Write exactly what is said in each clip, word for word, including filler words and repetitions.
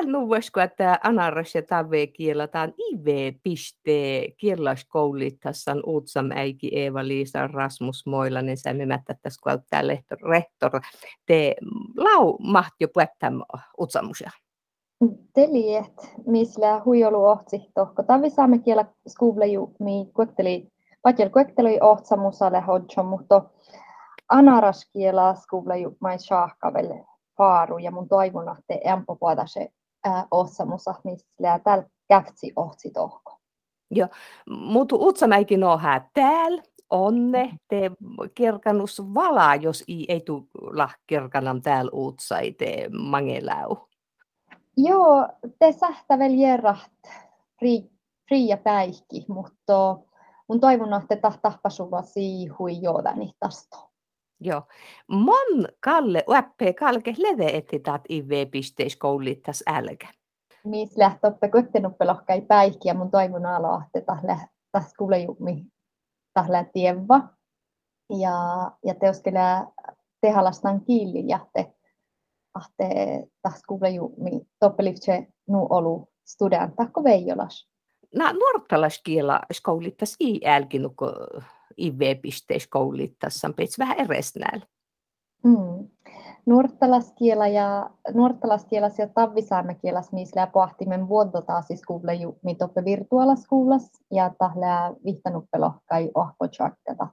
tällä nuvuosko, että anaras ja tave kielataan iv.piste kielaskoulitassan uutsam äiki Eeva-Liisa Rasmus Moilanen sämimättä tässä kun tää lehtor rehtor te lau mahti jo puettam uutsamusia. Teliet, misla huijolu ohtsi tohko tavisaamme kielä skuvleju mi kuetteli patjel kuetteli ohtsamusale hodjo, mutta anaras kielä skuvleju mai shahkavelle faaru ja mun toivon, että empo puhuta se ohtsamusa, misla täällä käftsi ohtsi tohko. Joo, mutta uutsamäikin on hää täällä. Onne te kirkanus valaa, jos ei, ei tule kirkanam täällä uutsai te mangeläu. Joo, te sähtävel jerraht fri, fri ja päihki, mutta mun toivon, että tahtahpasuva siihui joodani tasto. Joo. Mon Kalle, uäppe kalke leve etti taat iv.pisteis koulittas älkä. Mis lähtoppe köttenuppelokkai päihki ja mun toivon alo, että tahle tas kuulejummi tahle tievva. Ja, ja teoskelää tehalastan kiili ja te ahte tas kuulejummi toppelifse nu olu studentakko veijolas. Na nuortalaskiela koulittas i älkinuko iv.pisteis koulittas sampits vähän eresnääl. Mm. Nuortalaskiela ja nuortalaskielas ja tavvisaamekielас missä pohtimen vuodotaan siis kuuleju mitoppe virtuaalaskuulas ja tahlää vihtanuppelo kai ohkochakketat.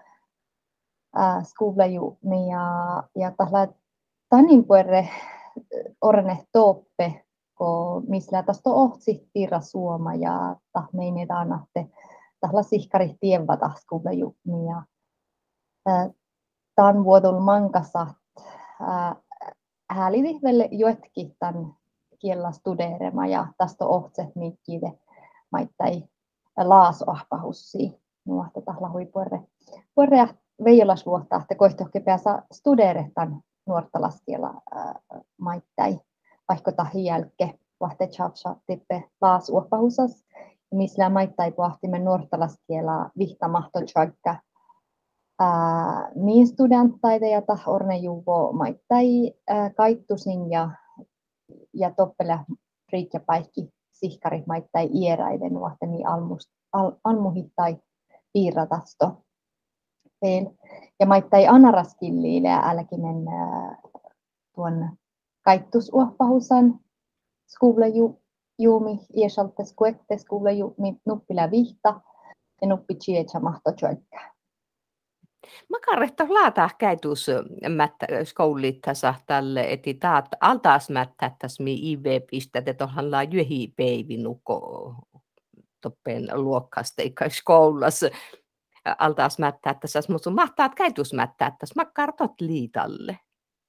Äh skuuleju ja ja tahlää tanin puerre orne toppe ko missä tästä ohtsi tirra suoma ja tahmeinetaan että tahla sihkari tievata skuuleju ja äh, tan vuodol mankassa häälivihvelle joetkin tämän kiellä studeerema ja tästä ohtset mikkide maittai laasoahpahussi nuohte tahla hui puerre puerre veijolas vuotta että koihtohke päässä studeeretan nuortalaskiela maittai vaikka tahi jälke vahte chatsa tippe laasuahpahusas missä maittai pohtimen nuortalaskiela vihtamahto chakka Uh, niin studenttaita ja tah orne juvo maittai uh, kaittusin ja ja toppele riikkä paikki sihkari maittai ieraiden nuohteni almus al, almuhittai piirratasto pel ja maittai anaraskilliile ja älkimen uh, tuon kaittusuoppahusan skuvle ju juumi iesalte skuette skuvle ju nuppila vihta ja nuppi chietsa mahto choikka. Makarehto laata käytus mättä koulitasa tälle eti taat altaas mättättäs mi iv.pistä te tohan la jyhi peivi nuko toppen luokkaste eikä skoulas altaas mättättäs mutta mahtaat käytus mättättäs makartot liitalle.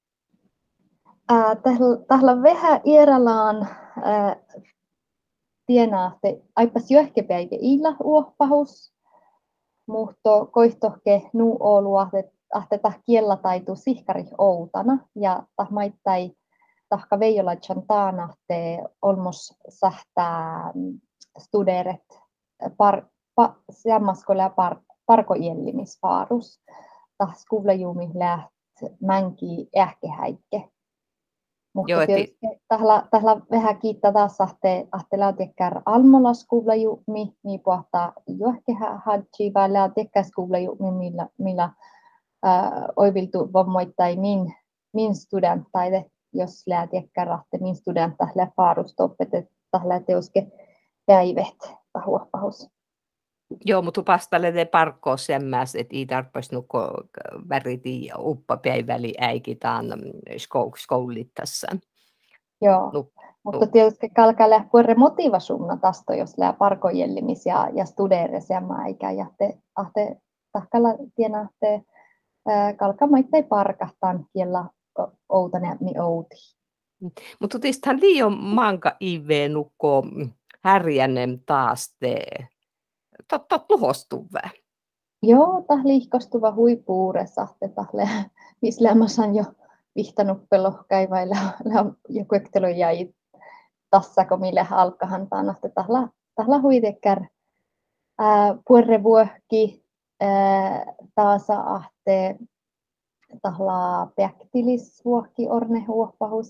Äh tahla vähän ieralaan äh, tienaatte aipas johkepäivä illa uoppahus. Mutta koihtohke nu olua ahteta kiellataitu sihkari outana ja tah maittai tahka veijolatsan taana te olmos sähtää studeret par pa sammaskolla par parkojellimisfaarus tah skuvlejumi läht mänki ähkehäikke. Mutta Joo, tietysti tahla, tahla vähän kiittää taas ahte, ahte lähtekkär almolaskuvlajumi, niin pohtaa johkehä hadji, vai lähtekkärskuvlajumi, millä, millä äh, oiviltu vommoittai min, min studenttaide, jos lähtekkär ahte min studentta läfaarustoppet, että tahla teoske päivet pahuoppahus. Joo, mutta pastalle te parkkoo semmäs, että ei tarpeeksi nuko väriti ja uppapäiväli äikitaan skoulitassa. Joo, no, mutta tietysti kalkalle puolre motivasumna tasto, jos lää parkojellimis ja, ja studeeres ja maikä. Ja te ahte tahkalla tiena te kalkamaittei parkahtaan kiellä outane mi outi. Mutta tietysti liian manka ive nukko härjänem taas te. Totta tuhostuvää. Joo, tah liihkostuva huipuuressa, että tahle mislämäsän jo vihtanut pelohkaivailla ja kuektelu jäi tassako mille alkahan taan, että tahla, tahla huitekär puerre vuohki taasa ahte tahla peaktilis vuohki orne huohpahussa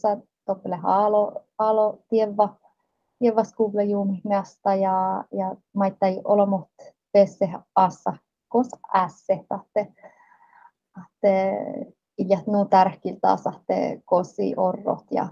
toppele alo alo tieva tieva skuvle juumihmeasta ja ja maittai olomot pesse assa kos ässe tahte tahte iljat nu tärkiltä sahte kosi orrot ja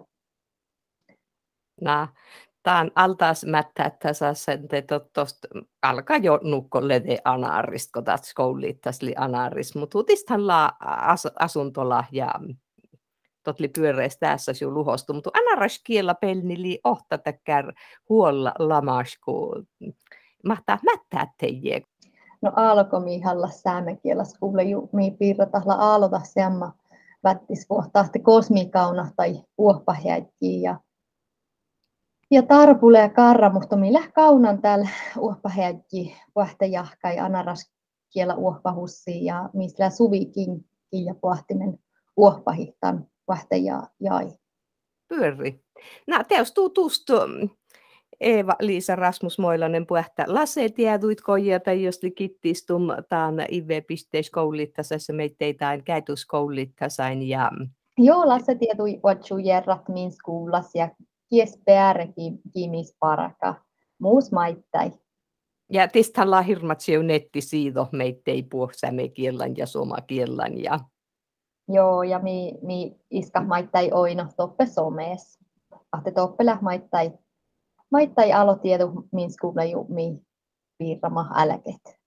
Nää, taan altaas mättä, että saa sen te tosta alkaa jo nukkolle de anarist, kun taas koulittas li anarist, mutta utistan la as, asuntola ja totli pyöreis tässä jo luhostu, mutta anaras kiellä pelnili ohta täkkär huolla lamasku. Mahtaa mättää teijä. no aalkomihalla säämekielas kuule ju mi piirratahla aalota semma vättis vuohtahti kosmikauna tai uoppahjätki ja ja tarpule ja karra, mutta millä kaunan täällä uoppahjätki vuohte jahkai anaras kiellä uoppahussi ja millä suvikin ja pohtimen uoppahihtan vuohte ja jai. Pyöri. No, teos tutustu Eeva-Liisa Rasmus Moilanen puhta Lasse tieduit kojata, jos kittistum taan I V-pisteis koulittasessa meitteitään käytöskoulittassain ja Joo, Lasse tietui otsu jerrat min skolas ja kies päärekin kimis paraka. Muus maittai. ja tistalla hirmatsio nettisiido meittei puhu sämekielän ja somakielän ja Joo, ja mi, mi iska maittai oina toppe somees. Ahte toppelä maittai maittai alotiedu min skola ju mi piirrama älket.